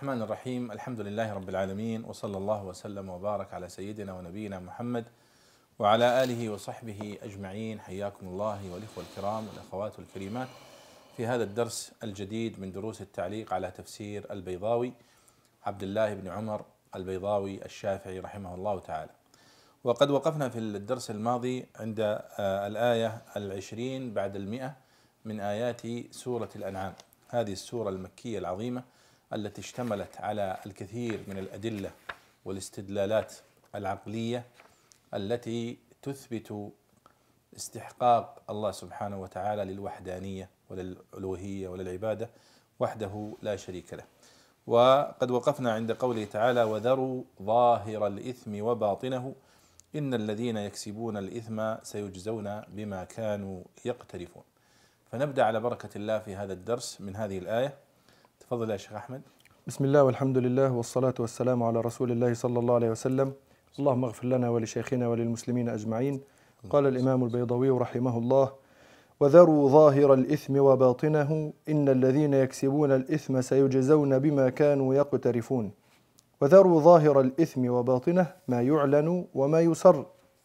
الرحمن الرحيم. الحمد لله رب العالمين، وصلى الله وسلم وبارك على سيدنا ونبينا محمد وعلى آله وصحبه أجمعين. حياكم الله والإخوة الكرام والأخوات الكريمات في هذا الدرس الجديد من دروس التعليق على تفسير البيضاوي عبد الله بن عمر البيضاوي الشافعي رحمه الله تعالى. وقد وقفنا في الدرس الماضي عند الآية 20 بعد 100 من آيات سورة الأنعام، هذه السورة المكية العظيمة التي اشتملت على الكثير من الأدلة والاستدلالات العقلية التي تثبت استحقاق الله سبحانه وتعالى للوحدانية وللألوهية وللعبادة وحده لا شريك له. وقد وقفنا عند قوله تعالى: وذروا ظاهر الإثم وباطنه إن الذين يكسبون الإثم سيجزون بما كانوا يقترفون. فنبدأ على بركة الله في هذا الدرس من هذه الآية. تفضل يا شيخ أحمد. بسم الله والحمد لله والصلاة والسلام على رسول الله صلى الله عليه وسلم. اللهم اغفر لنا ولشيخنا وللمسلمين أجمعين. قال الإمام البيضاوي رحمه الله: وذروا ظاهر الإثم وباطنه إن الذين يكسبون الإثم سيجزون بما كانوا يقترفون. وذروا ظاهر الإثم وباطنه ما يعلن وما يسر،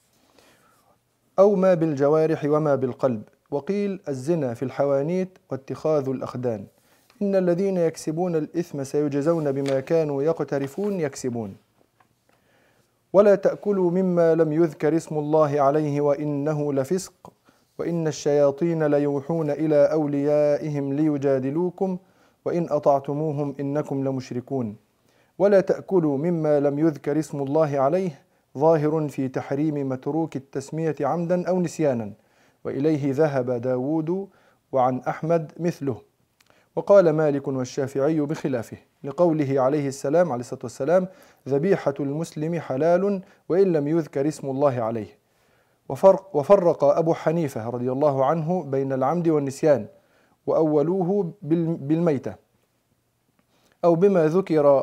أو ما بالجوارح وما بالقلب. وقيل الزنا في الحوانيت واتخاذ الأخدان. إن الذين يكسبون الإثم سيجزون بما كانوا يقترفون يكسبون. ولا تأكلوا مما لم يذكر اسم الله عليه وإنه لفسق وإن الشياطين ليوحون إلى أوليائهم ليجادلوكم وإن أطعتموهم إنكم لمشركون. ولا تأكلوا مما لم يذكر اسم الله عليه ظاهر في تحريم متروك التسمية عمدا أو نسيانا، وإليه ذهب داود وعن أحمد مثله. وقال مالك والشافعي بخلافه، لقوله عليه الصلاة والسلام: ذبيحة المسلم حلال وإن لم يذكر اسم الله عليه. وفرق أبو حنيفة رضي الله عنه بين العمد والنسيان، وأولوه بالميتة أو بما ذكر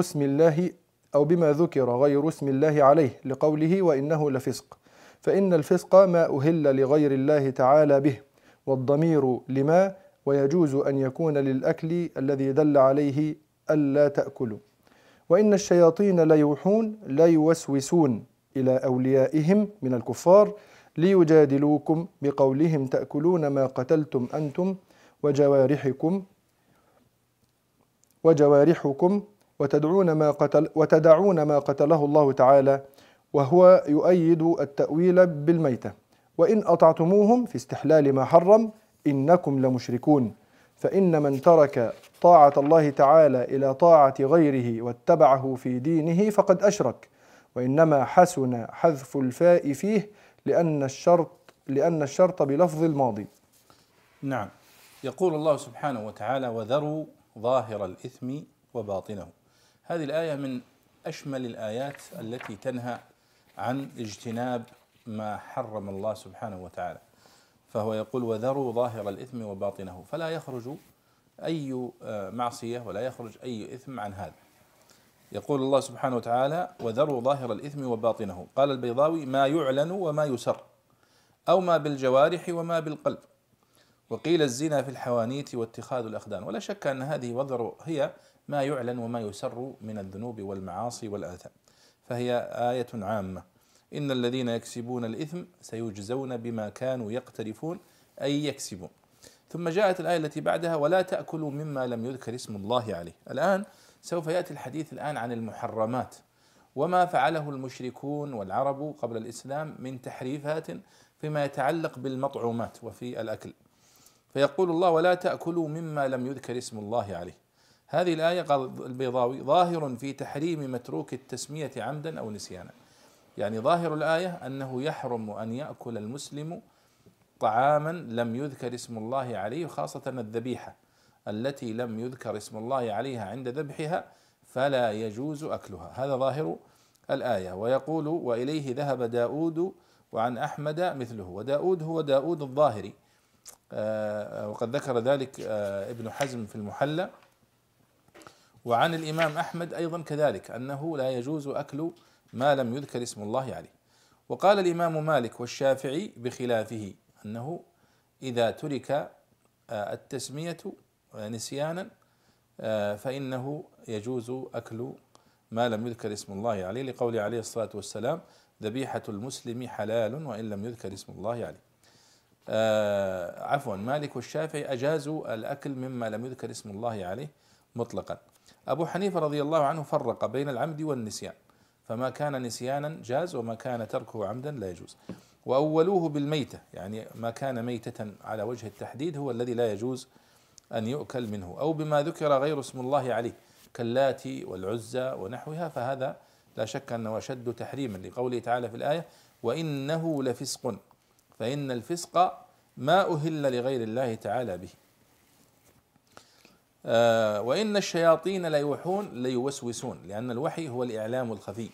غير اسم الله عليه، لقوله وإنه لفسق. فإن الفسق ما أهل لغير الله تعالى به، والضمير لما، ويجوز أن يكون للأكل الذي دل عليه ألا تأكلوا. وإن الشياطين ليوحون لا يوسوسون إلى أوليائهم من الكفار ليجادلوكم بقولهم تأكلون ما قتلتم أنتم وجوارحكم وتدعون ما قتله الله تعالى، وهو يؤيد التأويل بالميتة. وإن أطعتموهم في استحلال ما حرم إنكم لمشركون. فإن من ترك طاعة الله تعالى إلى طاعة غيره واتبعه في دينه فقد أشرك. وإنما حسن حذف الفاء فيه لأن الشرط بلفظ الماضي. نعم. يقول الله سبحانه وتعالى: وذروا ظاهر الإثم وباطنه. هذه الآية من أشمل الآيات التي تنهى عن اجتناب ما حرم الله سبحانه وتعالى. فهو يقول: وذروا ظاهر الإثم وباطنه، فلا يخرج أي معصية ولا يخرج أي إثم عن هذا. يقول الله سبحانه وتعالى: وذروا ظاهر الإثم وباطنه. قال البيضاوي: ما يعلن وما يسر، أو ما بالجوارح وما بالقلب. وقيل الزنا في الحوانيت واتخاذ الأخدان. ولا شك أن هذه وذر هي ما يعلن وما يسر من الذنوب والمعاصي والآثام، فهي آية عامة. إن الذين يكسبون الإثم سيجزون بما كانوا يقترفون، أي يكسبون. ثم جاءت الآية التي بعدها: ولا تأكلوا مما لم يذكر اسم الله عليه. الآن سوف يأتي الحديث عن المحرمات وما فعله المشركون والعرب قبل الإسلام من تحريفات فيما يتعلق بالمطعومات وفي الأكل. فيقول الله: ولا تأكلوا مما لم يذكر اسم الله عليه. هذه الآية قال البيضاوي ظاهر في تحريم متروك التسمية عمدا أو نسيانا. يعني ظاهر الآية أنه يحرم أن يأكل المسلم طعاما لم يذكر اسم الله عليه، خاصة الذبيحة التي لم يذكر اسم الله عليها عند ذبحها فلا يجوز أكلها. هذا ظاهر الآية. ويقول: وإليه ذهب داود وعن أحمد مثله. وداود هو داود الظاهري، وقد ذكر ذلك ابن حزم في المحلى. وعن الإمام أحمد أيضا كذلك أنه لا يجوز أكل ما لم يذكر اسم الله عليه. وقال الإمام مالك والشافعي بخلافه، أنه إذا ترك التسمية نسيانا فإنه يجوز أكل ما لم يذكر اسم الله عليه، لقوله عليه الصلاة والسلام: ذبيحة المسلم حلال وإن لم يذكر اسم الله عليه. عفوا، مالك والشافعي أجازوا الأكل مما لم يذكر اسم الله عليه مطلقا. أبو حنيفة رضي الله عنه فرق بين العمد والنسيان، فما كان نسيانا جاز وما كان تركه عمدا لا يجوز. وأولوه بالميتة، يعني ما كان ميتة على وجه التحديد هو الذي لا يجوز أن يؤكل منه، أو بما ذكر غير اسم الله عليه كاللات والعزى ونحوها، فهذا لا شك أنه أشد تحريما، لقوله تعالى في الآية: وإنه لفسق، فإن الفسق ما أهل لغير الله تعالى به. وإن الشياطين ليوسوسون، لأن الوحي هو الإعلام الخفي،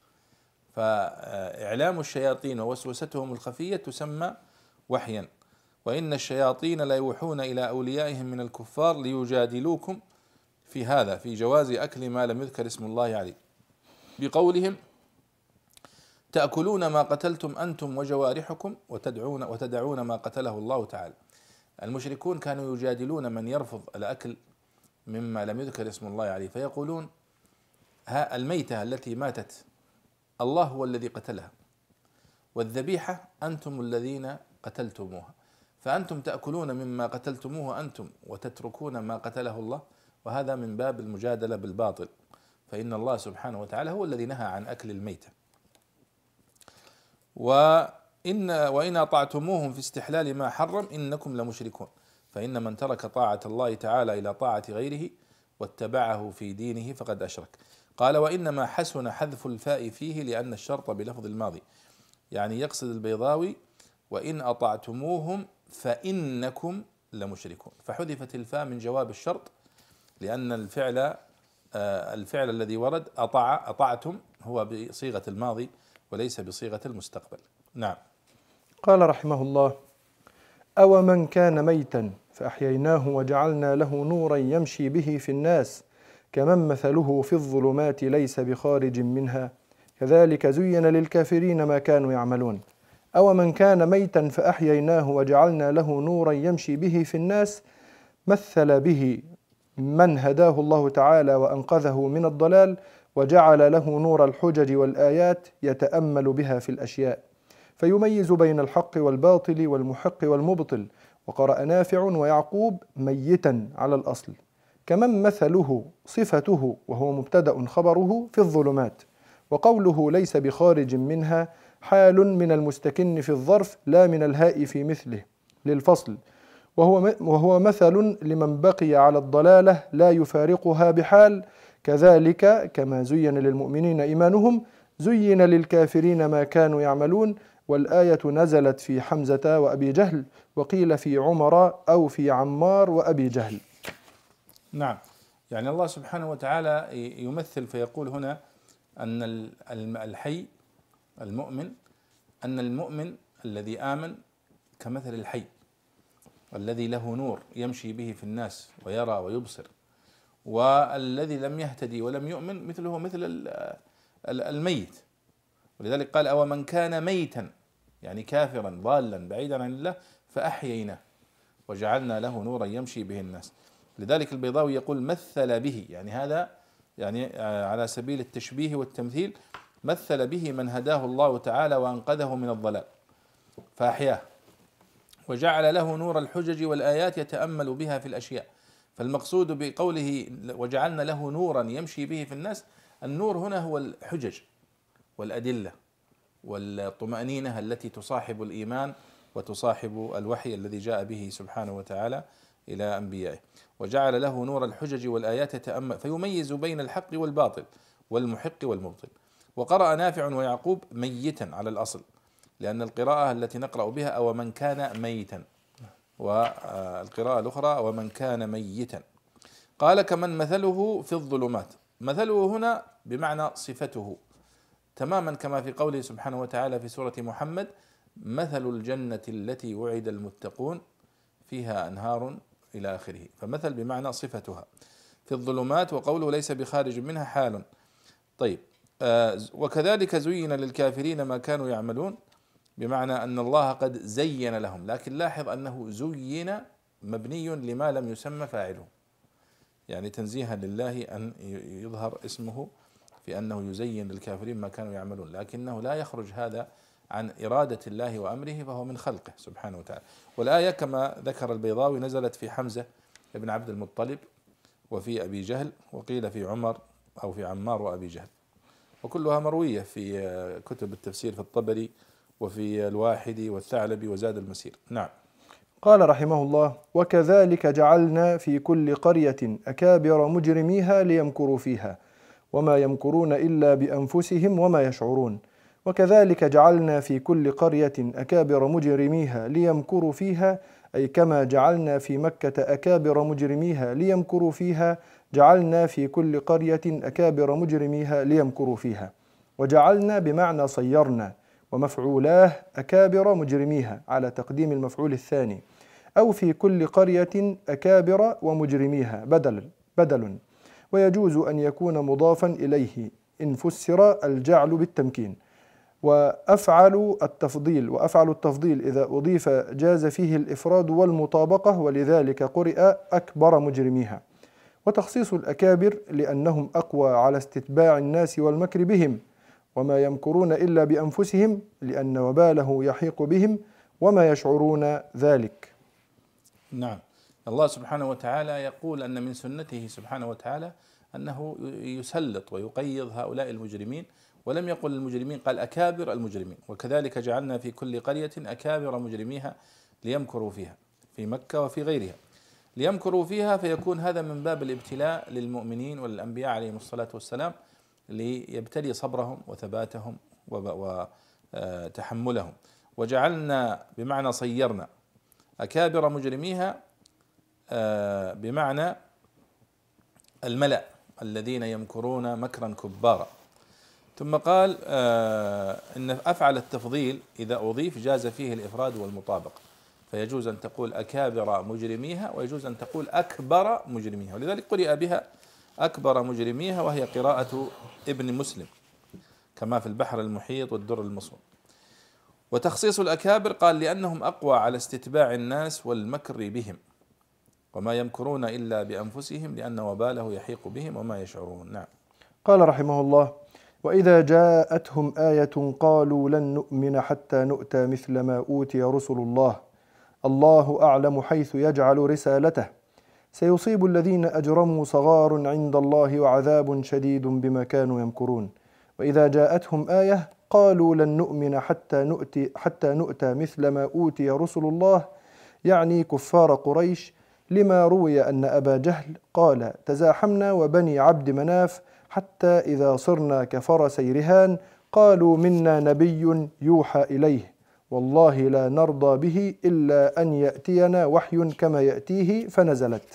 فإعلام الشياطين ووسوستهم الخفية تسمى وحيا. وإن الشياطين ليوحون إلى أوليائهم من الكفار ليجادلوكم في هذا، في جواز أكل ما لم يذكر اسم الله عليه، بقولهم: تأكلون ما قتلتم أنتم وجوارحكم وتدعون ما قتله الله تعالى. المشركون كانوا يجادلون من يرفض الأكل مما لم يذكر اسم الله عليه، فيقولون: الميتة التي ماتت الله هو الذي قتلها، والذبيحة أنتم الذين قتلتموها، فأنتم تأكلون مما قتلتموه أنتم وتتركون ما قتله الله، وهذا من باب المجادلة بالباطل، فإن الله سبحانه وتعالى هو الذي نهى عن أكل الميتة. وإن أطعتموهم في استحلال ما حرم إنكم لمشركون، فإن من ترك طاعة الله تعالى إلى طاعة غيره واتبعه في دينه فقد أشرك. قال: وإنما حسن حذف الفاء فيه لأن الشرط بلفظ الماضي، يعني يقصد البيضاوي: وإن أطعتموهم فإنكم لمشركون، فحذفت الفاء من جواب الشرط، لأن الفعل الذي ورد أطعتم هو بصيغة الماضي وليس بصيغة المستقبل. نعم. قال رحمه الله: أو من كان ميتا فأحييناه وجعلنا له نورا يمشي به في الناس كمن مثله في الظلمات ليس بخارج منها كذلك زين للكافرين ما كانوا يعملون. أو من كان ميتا فأحييناه وجعلنا له نورا يمشي به في الناس مثل به من هداه الله تعالى وأنقذه من الضلال وجعل له نور الحجج والآيات يتأمل بها في الأشياء فيميز بين الحق والباطل والمحق والمبطل. وقرأ نافع ويعقوب ميتا على الأصل، كمن مثله صفته وهو مبتدأ خبره في الظلمات، وقوله ليس بخارج منها حال من المستكن في الظرف لا من الهاء في مثله للفصل، وهو مثل لمن بقي على الضلالة لا يفارقها بحال. كذلك كما زين للمؤمنين إيمانهم زين للكافرين ما كانوا يعملون. والآية نزلت في حمزة وأبي جهل، وقيل في عمر أو في عمار وأبي جهل. نعم، يعني الله سبحانه وتعالى يمثل فيقول هنا أن الحي المؤمن، أن المؤمن الذي آمن كمثل الحي الذي له نور يمشي به في الناس ويرى ويبصر، والذي لم يهتدي ولم يؤمن مثله مثل الميت. ولذلك قال: أو من كان ميتا، يعني كافرا ضالا بعيدا عن الله، فأحييناه وجعلنا له نورا يمشي به الناس. لذلك البيضاوي يقول: مثل به، يعني هذا يعني على سبيل التشبيه والتمثيل، مثل به من هداه الله تعالى وأنقذه من الضلال فأحياه، وجعل له نور الحجج والآيات يتأمل بها في الأشياء. فالمقصود بقوله وجعلنا له نورا يمشي به في الناس، النور هنا هو الحجج والأدلة والطمأنينة التي تصاحب الإيمان وتصاحب الوحي الذي جاء به سبحانه وتعالى إلى أنبيائه. وجعل له نور الحجج والآيات يتأمل فيميز بين الحق والباطل والمحق والمبطل. وقرأ نافع ويعقوب ميتا على الأصل، لأن القراءة التي نقرأ بها أو من كان ميتا، والقراءة الأخرى ومن كان ميتا. قال: كمن مثله في الظلمات، مثله هنا بمعنى صفته، تماما كما في قوله سبحانه وتعالى في سورة محمد: مثل الجنة التي وعد المتقون فيها أنهار إلى آخره. فمثل بمعنى صفتها في الظلمات، وقوله ليس بخارج منها حال. طيب، وكذلك زين للكافرين ما كانوا يعملون، بمعنى أن الله قد زين لهم، لكن لاحظ أنه زين مبني لما لم يسمى فاعله، يعني تنزيها لله أن يظهر اسمه في أنه يزين للكافرين ما كانوا يعملون، لكنه لا يخرج هذا عن إرادة الله وأمره، فهو من خلقه سبحانه وتعالى. والآية كما ذكر البيضاوي نزلت في حمزة بن عبد المطلب وفي أبي جهل، وقيل في عمر أو في عمار وأبي جهل، وكلها مروية في كتب التفسير في الطبري وفي الواحدي والثعلبي وزاد المسير. نعم. قال رحمه الله: وكذلك جعلنا في كل قرية أكابر مجرميها ليمكروا فيها وما يمكرون إلا بأنفسهم وما يشعرون. وكذلك جعلنا في كل قرية أكابر مجرميها ليمكروا فيها، أي كما جعلنا في مكة أكابر مجرميها ليمكروا فيها، جعلنا في كل قرية أكابر مجرميها ليمكروا فيها. وجعلنا بمعنى صيرنا، ومفعولاه أكابر مجرميها على تقديم المفعول الثاني، أو في كل قرية أكابر ومجرميها بدل. ويجوز أن يكون مضافا إليه إن فسر الجعل بالتمكين. وأفعل التفضيل إذا أضيف جاز فيه الإفراد والمطابقة، ولذلك قرئ أكبر مجرميها. وتخصيص الأكابر لأنهم أقوى على استتباع الناس والمكر بهم، وما يمكرون إلا بأنفسهم لأن وباله يحيق بهم وما يشعرون ذلك. نعم. الله سبحانه وتعالى يقول أن من سنته سبحانه وتعالى أنه يسلط ويقيض هؤلاء المجرمين، ولم يقل المجرمين، قال أكابر المجرمين. وكذلك جعلنا في كل قرية أكابر مجرميها ليمكروا فيها، في مكة وفي غيرها ليمكروا فيها، فيكون هذا من باب الابتلاء للمؤمنين والأنبياء عليهم الصلاة والسلام، ليبتلي صبرهم وثباتهم وتحملهم. وجعلنا بمعنى صيرنا أكابر مجرميها بمعنى الملأ الذين يمكرون مكرا كبارا. ثم قال إن أفعل التفضيل إذا أضيف جاز فيه الإفراد والمطابقة، فيجوز أن تقول أكابر مجرميها ويجوز أن تقول أكبر مجرميها، ولذلك قرئ بها أكبر مجرميها، وهي قراءة ابن مسلم كما في البحر المحيط والدر المصون. وتخصيص الأكابر قال لأنهم أقوى على استتباع الناس والمكر بهم، وما يمكرون إلا بأنفسهم لأن وباله يحيق بهم وما يشعرون. نعم. قال رحمه الله: وإذا جاءتهم آية قالوا لن نؤمن حتى نؤتى مثل ما أوتي رسل الله، الله أعلم حيث يجعل رسالته، سيصيب الذين أجرموا صغار عند الله وعذاب شديد بما كانوا يمكرون. وإذا جاءتهم آية قالوا لن نؤمن حتى نؤتى مثل ما أوتي رسل الله، يعني كفار قريش، لما روي أن أبا جهل قال: تزاحمنا وبني عبد مناف حتى إذا صرنا كفرسي رهان قالوا منا نبي يوحى إليه والله لا نرضى به إلا أن يأتينا وحي كما يأتيه، فنزلت: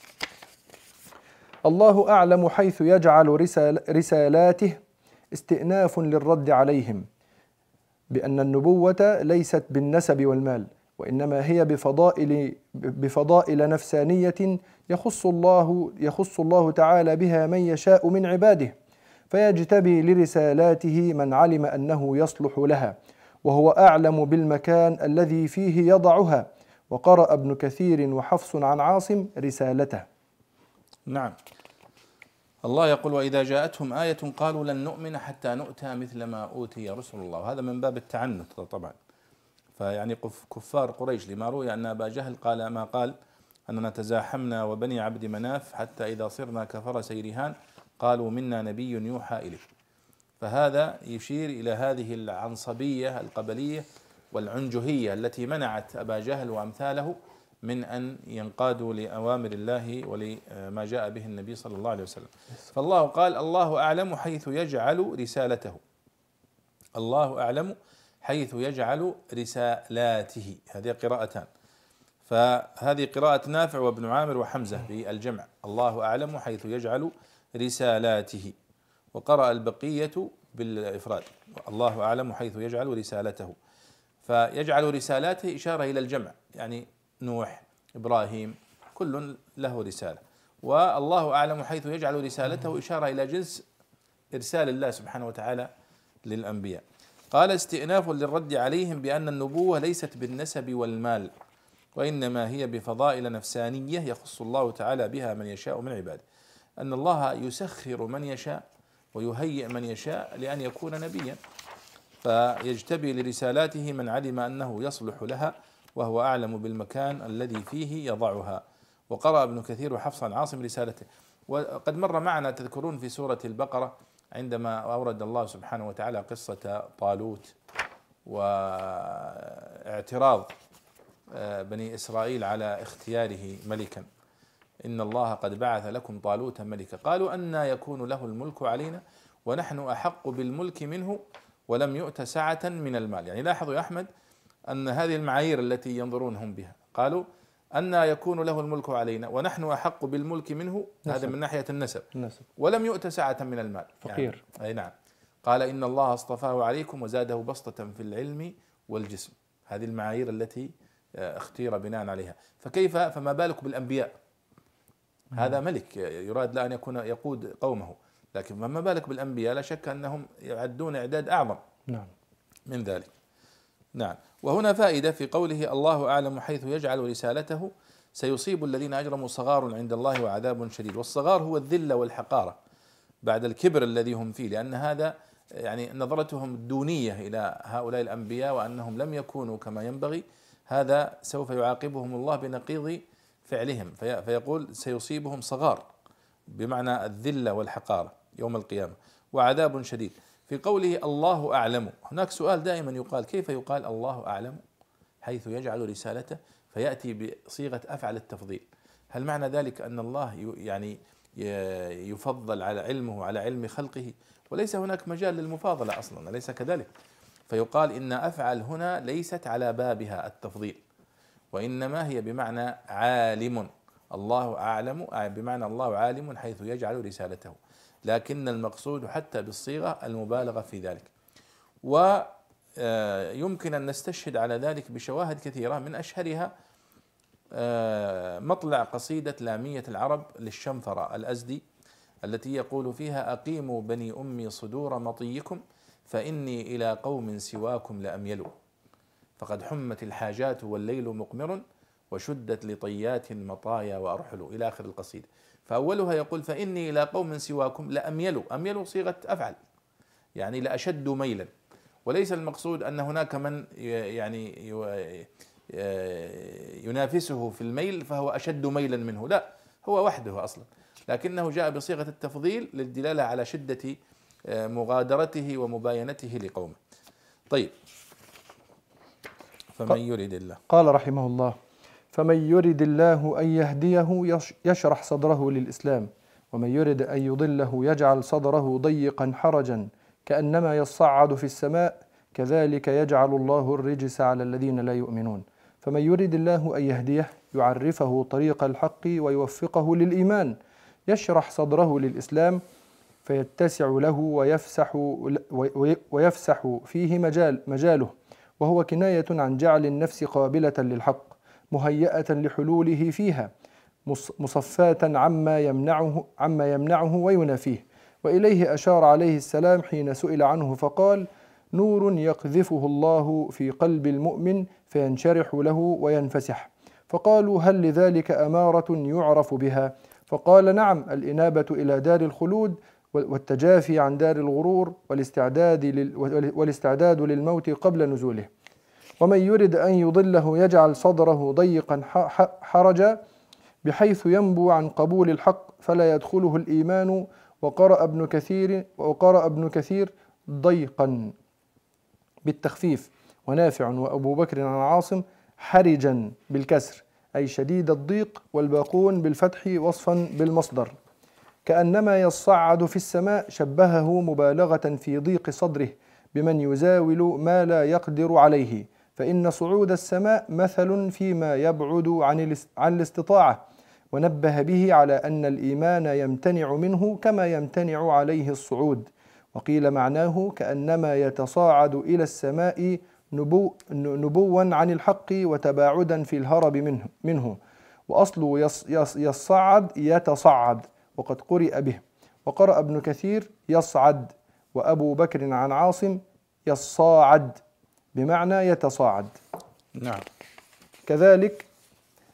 الله أعلم حيث يجعل رسالاته، استئناف للرد عليهم بأن النبوة ليست بالنسب والمال، وإنما هي بفضائل نفسانية يخص الله تعالى بها من يشاء من عباده، فيجتبي لرسالاته من علم أنه يصلح لها، وهو أعلم بالمكان الذي فيه يضعها. وقرأ ابن كثير وحفص عن عاصم رسالته. نعم. الله يقول: وإذا جاءتهم آية قالوا لن نؤمن حتى نؤتى مثل ما أوتي رسل الله، وهذا من باب التعنت طبعا. فيعني كفار قريش لما روي أن أبا جهل قال ما قال أننا تزاحمنا وبني عبد مناف حتى إذا صرنا كفرسي رهان قالوا منا نبي يوحى إليه، فهذا يشير إلى هذه العنصبية القبلية والعنجهية التي منعت أبا جهل وأمثاله من أن ينقادوا لأوامر الله ولما جاء به النبي صلى الله عليه وسلم. فالله قال: الله أعلم حيث يجعل رسالته، الله أعلم حيث يجعل رسالاته، هذه قراءتان، فهذه قراءة نافع وابن عامر وحمزة بالجمع، الله أعلم حيث يجعل رسالاته. وقرأ البقية بالإفراد، الله أعلم حيث يجعل رسالته، فيجعل رسالاته إشارة إلى الجمع، يعني نوح، إبراهيم، كل له رسالة. والله أعلم حيث يجعل رسالته إشارة إلى جنس إرسال الله سبحانه وتعالى للأنبياء. قال: استئناف للرد عليهم بأن النبوة ليست بالنسب والمال، وإنما هي بفضائل نفسانية يخص الله تعالى بها من يشاء من عباده، أن الله يسخر من يشاء ويهيئ من يشاء لأن يكون نبيا، فيجتبي لرسالاته من علم أنه يصلح لها وهو أعلم بالمكان الذي فيه يضعها. وقرأ ابن كثير وحفص عن عاصم رسالته. وقد مر معنا تذكرون في سورة البقرة عندما أورد الله سبحانه وتعالى قصة طالوت واعتراض بني إسرائيل على اختياره ملكا، إن الله قد بعث لكم طالوت ملكا قالوا أنى يكون له الملك علينا ونحن أحق بالملك منه ولم يؤت سعة من المال. يعني لاحظوا يا أحمد أن هذه المعايير التي ينظرون هم بها، قالوا أنى يكون له الملك علينا ونحن أحق بالملك منه، هذا من ناحية النسب، ولم يؤت سعة من المال، فقير يعني أي نعم. قال إن الله اصطفاه عليكم وزاده بسطة في العلم والجسم. هذه المعايير التي اختير بناء عليها، فكيف فما بالك بالأنبياء؟ هذا ملك يراد لا أن يكون يقود قومه، لكن ما بالك بالأنبياء؟ لا شك أنهم يعدون إعداد أعظم من ذلك. نعم. وهنا فائدة في قوله الله أعلم حيث يجعل رسالته سيصيب الذين أجرموا صغار عند الله وعذاب شديد. والصغار هو الذلة والحقارة بعد الكبر الذي هم فيه، لأن هذا يعني نظرتهم الدونية إلى هؤلاء الأنبياء وأنهم لم يكونوا كما ينبغي، هذا سوف يعاقبهم الله بنقيض فعلهم، فيقول سيصيبهم صغار بمعنى الذلة والحقارة يوم القيامة وعذاب شديد. في قوله الله أعلم، هناك سؤال دائما يقال، كيف يقال الله أعلم حيث يجعل رسالته فيأتي بصيغة أفعل التفضيل؟ هل معنى ذلك أن الله يعني يفضل على علمه على علم خلقه؟ وليس هناك مجال للمفاضلة أصلا، أليس كذلك؟ فيقال إن أفعل هنا ليست على بابها التفضيل، وإنما هي بمعنى عالم. الله أعلم بمعنى الله عالم حيث يجعل رسالته، لكن المقصود حتى بالصيغة المبالغة في ذلك. ويمكن أن نستشهد على ذلك بشواهد كثيرة، من أشهرها مطلع قصيدة لامية العرب للشنفرة الأزدي التي يقول فيها أقيموا بني أمي صدور مطيكم فإني إلى قوم سواكم لأميل، فقد حمت الحاجات والليل مقمر وشدت لطيات المطايا وأرحل، إلى آخر القصيدة. فأولها يقول فإني إلى قوم سواكم لأميل، أميل صيغة أفعل يعني لأشد ميلا، وليس المقصود أن هناك من يعني ينافسه في الميل فهو أشد ميلا منه، لا، هو وحده أصلا، لكنه جاء بصيغة التفضيل للدلالة على شدة مغادرته ومباينته لقومه. طيب، فمن يرد الله، قال رحمه الله فمن يرد الله أن يهديه يشرح صدره للإسلام، ومن يرد أن يضله يجعل صدره ضيقا حرجا كأنما يصعد في السماء كذلك يجعل الله الرجس على الذين لا يؤمنون. فمن يرد الله أن يهديه يعرفه طريق الحق ويوفقه للإيمان، يشرح صدره للإسلام فيتسع له ويفسح فيه مجاله، وهو كناية عن جعل النفس قابلة للحق مهيئة لحلوله فيها، مصفاة عما يمنعه وينافيه. وإليه أشار عليه السلام حين سئل عنه فقال: نور يقذفه الله في قلب المؤمن فينشرح له وينفسح. فقالوا: هل لذلك أمارة يعرف بها؟ فقال: نعم، الإنابة إلى دار الخلود والتجافي عن دار الغرور والاستعداد للموت قبل نزوله. ومن يرد أن يضله يجعل صدره ضيقا حرجا بحيث ينبو عن قبول الحق فلا يدخله الإيمان. وقرأ ابن كثير ضيقا بالتخفيف، ونافع وأبو بكر عن عاصم حرجا بالكسر أي شديد الضيق، والباقون بالفتح وصفا بالمصدر. كأنما يصعد في السماء شبهه مبالغة في ضيق صدره بمن يزاول ما لا يقدر عليه، فإن صعود السماء مثل فيما يبعد عن الاستطاعة، ونبه به على أن الإيمان يمتنع منه كما يمتنع عليه الصعود. وقيل معناه كأنما يتصاعد إلى السماء نبوا عن الحق وتباعدا في الهرب منه، وأصل يصعد يتصعد، وقد قرئ به. وقرأ ابن كثير يصعد، وأبو بكر عن عاصم يصاعد بمعنى يتصاعد. نعم. كذلك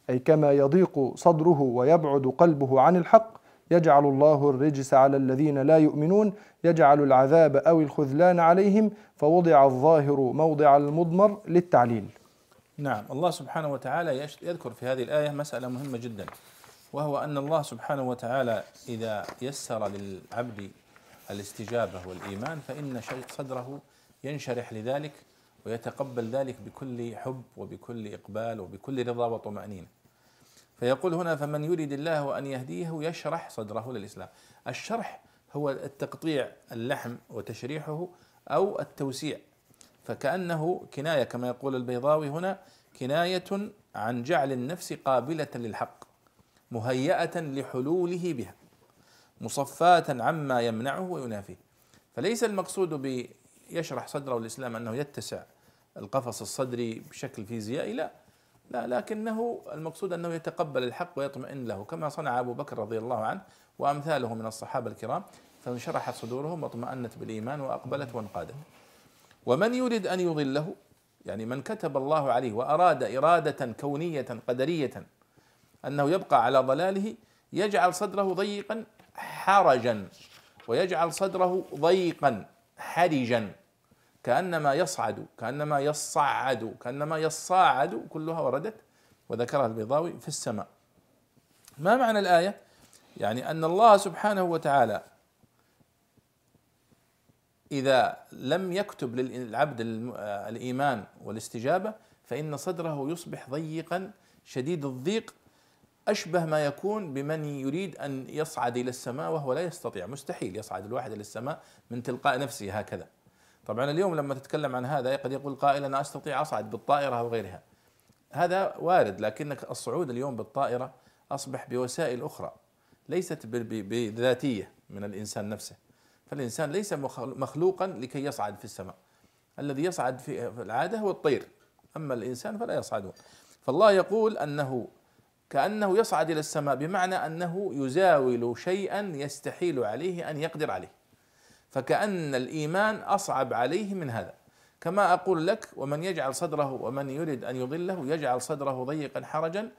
أي كما يضيق صدره ويبعد قلبه عن الحق يجعل الله الرجس على الذين لا يؤمنون، يجعل العذاب أو الخذلان عليهم، فوضع الظاهر موضع المضمر للتعليل. نعم، الله سبحانه وتعالى يذكر في هذه الآية مسألة مهمة جدا، وهو أن الله سبحانه وتعالى إذا يسر للعبد الاستجابة والإيمان فإن صدره ينشرح لذلك ويتقبل ذلك بكل حب وبكل إقبال وبكل رضا وطمأنينة. فيقول هنا: فمن يريد الله أن يهديه يشرح صدره للإسلام. الشرح هو التقطيع، اللحم وتشريحه، أو التوسيع، فكأنه كناية كما يقول البيضاوي هنا، كناية عن جعل النفس قابلة للحق، مهيئة لحلوله بها، مصفاة عما يمنعه وينافيه. فليس المقصود بيشرح صدره الإسلام أنه يتسع القفص الصدري بشكل فيزيائي، لا، لكنه المقصود أنه يتقبل الحق ويطمئن له، كما صنع أبو بكر رضي الله عنه وأمثاله من الصحابة الكرام، فانشرحت صدورهم واطمأنت بالإيمان وأقبلت وانقادت. ومن يريد أن يضله، يعني من كتب الله عليه وأراد إرادة كونية قدرية أنه يبقى على ضلاله، يجعل صدره ضيقا حرجا، ويجعل صدره ضيقا حرجا، كأنما يصعد، كأنما يصعد، كأنما يصاعد، كلها وردت وذكرها البيضاوي في السماء. ما معنى الآية؟ يعني أن الله سبحانه وتعالى إذا لم يكتب للعبد الإيمان والاستجابة فإن صدره يصبح ضيقا شديد الضيق، أشبه ما يكون بمن يريد أن يصعد إلى السماء وهو لا يستطيع. مستحيل يصعد الواحد إلى السماء من تلقاء نفسه هكذا. طبعا اليوم لما تتكلم عن هذا قد يقول قائل: أنا أستطيع أصعد بالطائرة أو غيرها. هذا وارد، لكنك الصعود اليوم بالطائرة أصبح بوسائل أخرى ليست بذاتية من الإنسان نفسه، فالإنسان ليس مخلوقا لكي يصعد في السماء. الذي يصعد في العادة هو الطير، أما الإنسان فلا يصعد. فالله يقول أنه كأنه يصعد إلى السماء، بمعنى أنه يزاول شيئا يستحيل عليه أن يقدر عليه، فكأن الإيمان أصعب عليه من هذا. كما أقول لك: ومن يجعل صدره، ومن يريد أن يضله يجعل صدره ضيقا حرجا،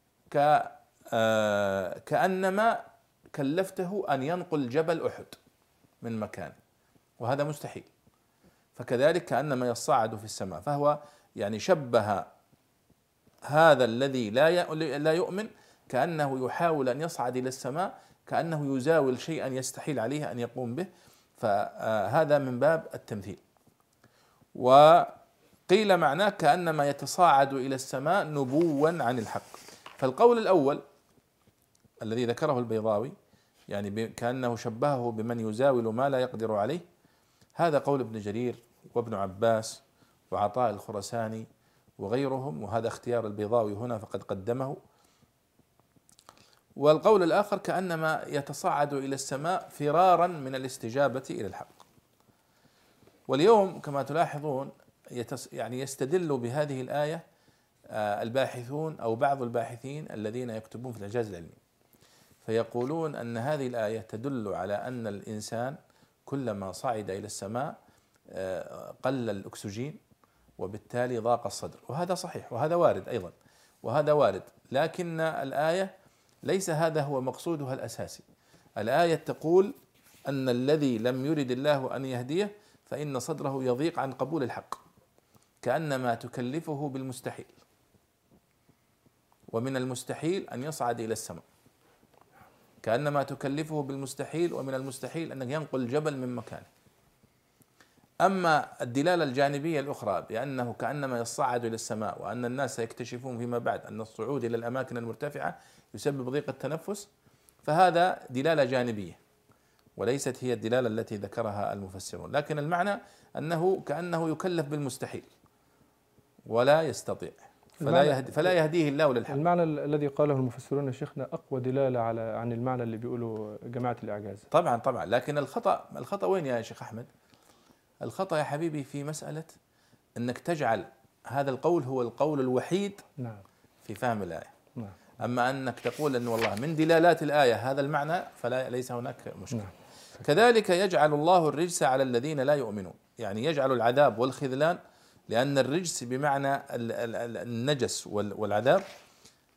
كأنما كلفته أن ينقل جبل أحد من مكانه، وهذا مستحيل. فكذلك كأنما يصعد في السماء، فهو يعني شبه هذا الذي لا يؤمن كأنه يحاول أن يصعد إلى السماء، كأنه يزاول شيئا يستحيل عليه أن يقوم به، فهذا من باب التمثيل. وقيل معناه كأنما يتصاعد إلى السماء نبوا عن الحق. فالقول الأول الذي ذكره البيضاوي، يعني كأنه شبهه بمن يزاول ما لا يقدر عليه، هذا قول ابن جرير وابن عباس وعطاء الخرساني وغيرهم، وهذا اختيار البيضاوي هنا فقد قدمه. والقول الآخر كأنما يتصاعد إلى السماء فرارا من الاستجابة إلى الحق. واليوم كما تلاحظون يعني يستدل بهذه الآية الباحثون أو بعض الباحثين الذين يكتبون في الإعجاز العلمي، فيقولون أن هذه الآية تدل على أن الإنسان كلما صعد إلى السماء قل الأكسجين وبالتالي ضاق الصدر، وهذا صحيح وهذا وارد أيضا، وهذا وارد، لكن الآية ليس هذا هو مقصودها الأساسي. الآية تقول أن الذي لم يرد الله أن يهديه فإن صدره يضيق عن قبول الحق، كأنما تكلفه بالمستحيل، ومن المستحيل أن يصعد إلى السماء، كأنما تكلفه بالمستحيل، ومن المستحيل أن ينقل جبل من مكانه. أما الدلالة الجانبية الأخرى بأنه كأنما يصعد إلى السماء، وأن الناس يكتشفون فيما بعد أن الصعود إلى الأماكن المرتفعة يسبب ضيق التنفس، فهذا دلالة جانبية وليست هي الدلالة التي ذكرها المفسرون، لكن المعنى أنه كأنه يكلف بالمستحيل ولا يستطيع، فلا يهديه الله للحق. المعنى الذي قاله المفسرون يا شيخنا أقوى دلالة عن المعنى اللي بيقوله جماعة الإعجاز. طبعا، لكن الخطأ وين يا شيخ أحمد؟ الخطأ يا حبيبي في مسألة أنك تجعل هذا القول هو القول الوحيد في فهم الآية. أما أنك تقول أن والله من دلالات الآية هذا المعنى فليس هناك مشكلة. كذلك يجعل الله الرجس على الذين لا يؤمنون، يعني يجعل العذاب والخذلان، لأن الرجس بمعنى النجس والعذاب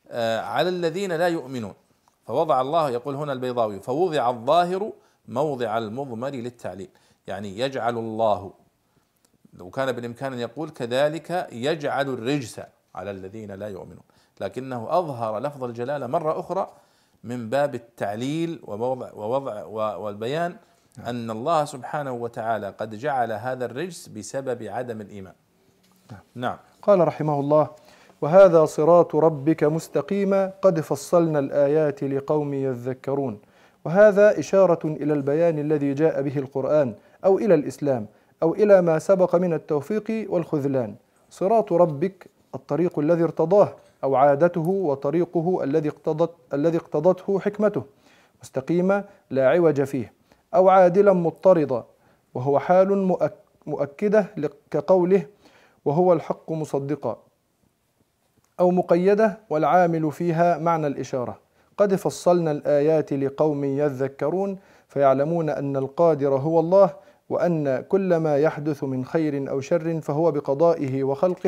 على الذين لا يؤمنون. فوضع الله، يقول هنا البيضاوي، فوضع الظاهر موضع المضمر للتعليل، يعني يجعل الله، لو كان بالإمكان أن يقول كذلك يجعل الرجس على الذين لا يؤمنون، لكنه أظهر لفظ الجلالة مرة أخرى من باب التعليل ووضع والبيان أن الله سبحانه وتعالى قد جعل هذا الرجس بسبب عدم الإيمان. نعم. قال رحمه الله: وهذا صراط ربك مستقيما قد فصلنا الآيات لقوم يذكرون. وهذا إشارة إلى البيان الذي جاء به القرآن، أو إلى الإسلام، أو إلى ما سبق من التوفيق والخذلان. صراط ربك الطريق الذي ارتضاه، أو عادته وطريقه الذي اقتضته حكمته، مستقيما لا عوج فيه، أو عادلا مضطردا، وهو حال مؤكدة كقوله وهو الحق مصدقا، أو مقيدة والعامل فيها معنى الإشارة. قد فصلنا الآيات لقوم يذكرون، فيعلمون أن القادر هو الله، وأن كل ما يحدث من خير أو شر فهو بقضائه وخلقه،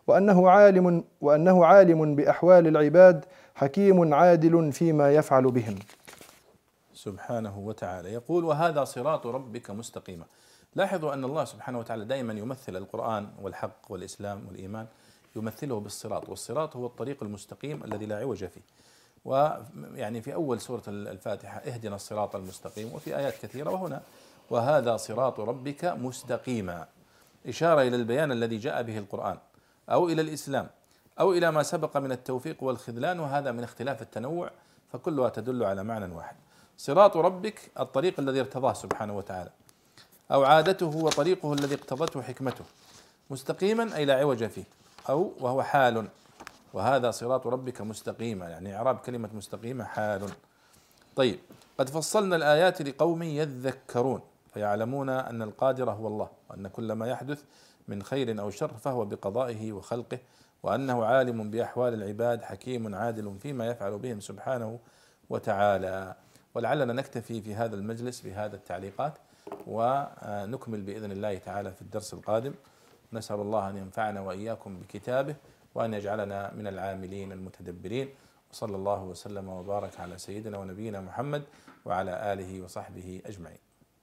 وأنه عالم بأحوال العباد، حكيم عادل فيما يفعل بهم سبحانه وتعالى. يقول: وهذا صراط ربك مستقيما. لاحظوا أن الله سبحانه وتعالى دائما يمثل القرآن والحق والإسلام والإيمان، يمثله بالصراط، والصراط هو الطريق المستقيم الذي لا عوج فيه. ويعني في أول سورة الفاتحة اهدنا الصراط المستقيم، وفي آيات كثيرة، وهنا وهذا صراط ربك مستقيما، إشارة إلى البيان الذي جاء به القرآن، أو إلى الإسلام، أو إلى ما سبق من التوفيق والخذلان، وهذا من اختلاف التنوع، فكلها تدل على معنى واحد. صراط ربك الطريق الذي ارتضاه سبحانه وتعالى، أو عادته وطريقه الذي اقتضته حكمته، مستقيما أي لا عوج فيه، أو وهو حال. وهذا صراط ربك مستقيما، يعني إعراب كلمة مستقيمة حال. طيب، قد فصلنا الآيات لقوم يذكرون، فيعلمون أن القادر هو الله، وأن كل ما يحدث من خير أو شر فهو بقضائه وخلقه، وأنه عالم بأحوال العباد، حكيم عادل فيما يفعل بهم سبحانه وتعالى. ولعلنا نكتفي في هذا المجلس بهذا التعليقات، ونكمل بإذن الله تعالى في الدرس القادم. نسأل الله أن ينفعنا وإياكم بكتابه، وأن يجعلنا من العاملين المتدبرين. وصلى الله وسلم وبارك على سيدنا ونبينا محمد وعلى آله وصحبه أجمعين.